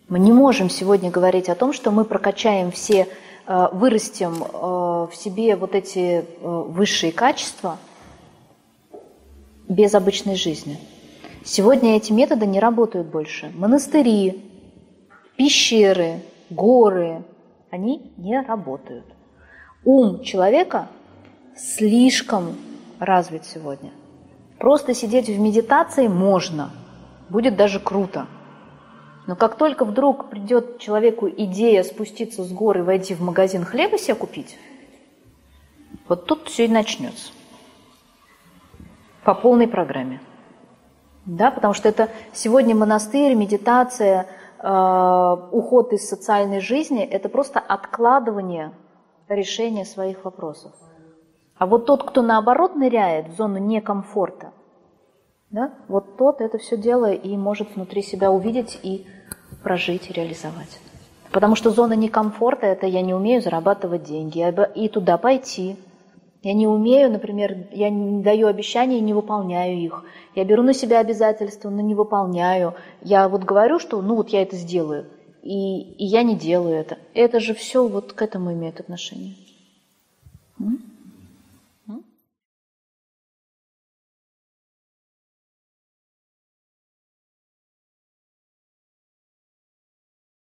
Мы не можем сегодня говорить о том, что мы прокачаем все, вырастем в себе вот эти высшие качества без обычной жизни. Сегодня эти методы не работают больше. Монастыри, пещеры, горы, они не работают. Ум человека слишком развит сегодня. Просто сидеть в медитации можно, будет даже круто. Но как только вдруг придет человеку идея спуститься с горы, войти в магазин хлеба себе купить, вот тут все и начнется. По полной программе. Да, потому что это сегодня монастырь, медитация, уход из социальной жизни – это просто откладывание решения своих вопросов. А вот тот, кто наоборот ныряет в зону некомфорта, да, вот тот это все делает и может внутри себя увидеть и прожить, реализовать. Потому что зона некомфорта – это я не умею зарабатывать деньги и туда пойти. Я не умею, например, я не даю обещания и не выполняю их. Я беру на себя обязательства, но не выполняю. Я вот говорю, что ну вот я это сделаю, и я не делаю это. Это же все вот к этому имеет отношение.